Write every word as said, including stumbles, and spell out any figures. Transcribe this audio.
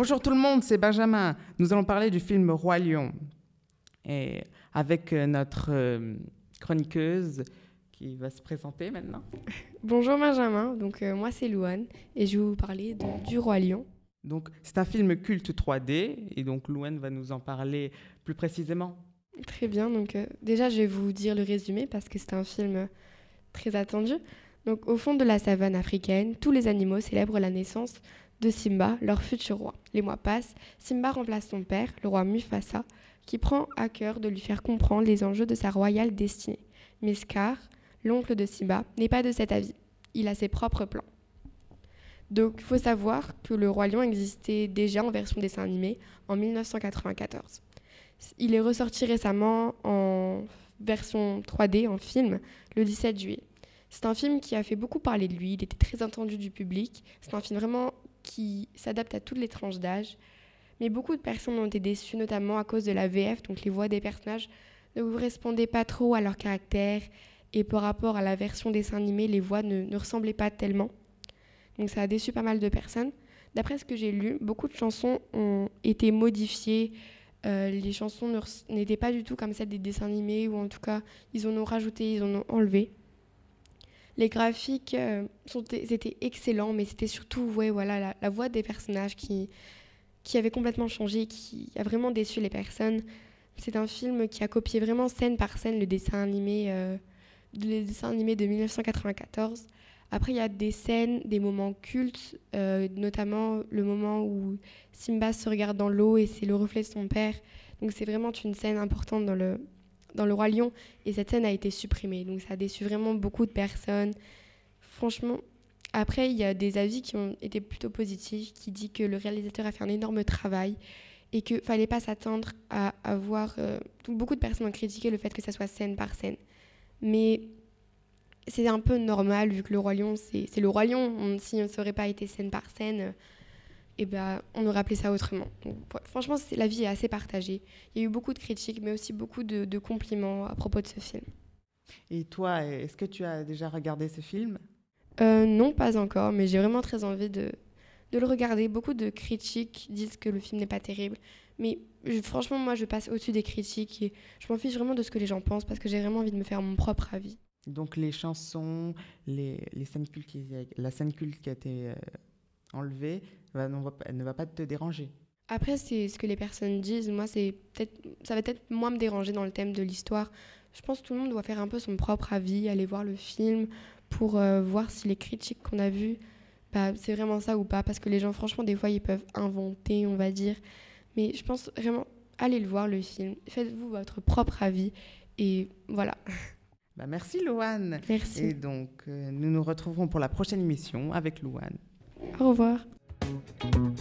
Bonjour tout le monde, c'est Benjamin. Nous allons parler du film Roi Lion. Et avec euh, notre euh, chroniqueuse qui va se présenter maintenant. Bonjour Benjamin, donc euh, moi c'est Louane et je vais vous parler de, du Roi Lion. Donc c'est un film culte trois D et donc Louane va nous en parler plus précisément. Très bien, donc euh, déjà je vais vous dire le résumé parce que c'est un film très attendu. Donc au fond de la savane africaine, tous les animaux célèbrent la naissance de Simba, leur futur roi. Les mois passent, Simba remplace son père, le roi Mufasa, qui prend à cœur de lui faire comprendre les enjeux de sa royale destinée. Mais Scar, l'oncle de Simba, n'est pas de cet avis. Il a ses propres plans. Donc il faut savoir que le Roi Lion existait déjà en version dessin animé en dix-neuf cent quatre-vingt-quatorze. Il est ressorti récemment en version trois D, en film, le dix-sept juillet. C'est un film qui a fait beaucoup parler de lui, il était très attendu du public. C'est un film vraiment qui s'adapte à toutes les tranches d'âge. Mais beaucoup de personnes ont été déçues, notamment à cause de la V F, donc les voix des personnages ne correspondaient pas trop à leur caractère. Et par rapport à la version dessin animé, les voix ne, ne ressemblaient pas tellement. Donc ça a déçu pas mal de personnes. D'après ce que j'ai lu, beaucoup de chansons ont été modifiées. Euh, les chansons ne res- n'étaient pas du tout comme celles des dessins animés, ou en tout cas, ils en ont rajouté, ils en ont enlevé. Les graphiques euh, sont, étaient excellents, mais c'était surtout ouais, voilà, la, la voix des personnages qui, qui avait complètement changé, qui a vraiment déçu les personnes. C'est un film qui a copié vraiment scène par scène le dessin animé, euh, le dessin animé de dix-neuf cent quatre-vingt-quatorze. Après, il y a des scènes, des moments cultes, euh, notamment le moment où Simba se regarde dans l'eau et c'est le reflet de son père. Donc c'est vraiment une scène importante dans le, dans le Roi Lion, et cette scène a été supprimée. Donc ça a déçu vraiment beaucoup de personnes. Franchement, après, il y a des avis qui ont été plutôt positifs, qui disent que le réalisateur a fait un énorme travail et qu'il ne fallait pas s'attendre à avoir... Euh, beaucoup de personnes ont critiqué le fait que ça soit scène par scène. Mais c'est un peu normal, vu que le Roi Lion, c'est, c'est le Roi Lion. On, si ça n'aurait pas été scène par scène, euh, eh ben, on aurait appelé ça autrement. Donc, franchement, c'est, la vie est assez partagée. Il y a eu beaucoup de critiques, mais aussi beaucoup de, de compliments à propos de ce film. Et toi, est-ce que tu as déjà regardé ce film ? Euh, non, pas encore, mais j'ai vraiment très envie de, de le regarder. Beaucoup de critiques disent que le film n'est pas terrible, mais je, franchement, moi, je passe au-dessus des critiques et je m'en fiche vraiment de ce que les gens pensent parce que j'ai vraiment envie de me faire mon propre avis. Donc les chansons, les, les scènes cultes qui, la scène culte qui a été euh, enlevée va, ne, va, ne va pas te déranger. Après, c'est ce que les personnes disent. Moi, c'est peut-être, ça va peut-être moins me déranger dans le thème de l'histoire. Je pense que tout le monde doit faire un peu son propre avis, aller voir le film pour euh, voir si les critiques qu'on a vues, bah, c'est vraiment ça ou pas. Parce que les gens, franchement, des fois, ils peuvent inventer, on va dire. Mais je pense vraiment, allez le voir, le film. Faites-vous votre propre avis. Et voilà. Bah merci Louane. Merci. Et donc, euh, nous nous retrouverons pour la prochaine émission avec Louane. Au revoir.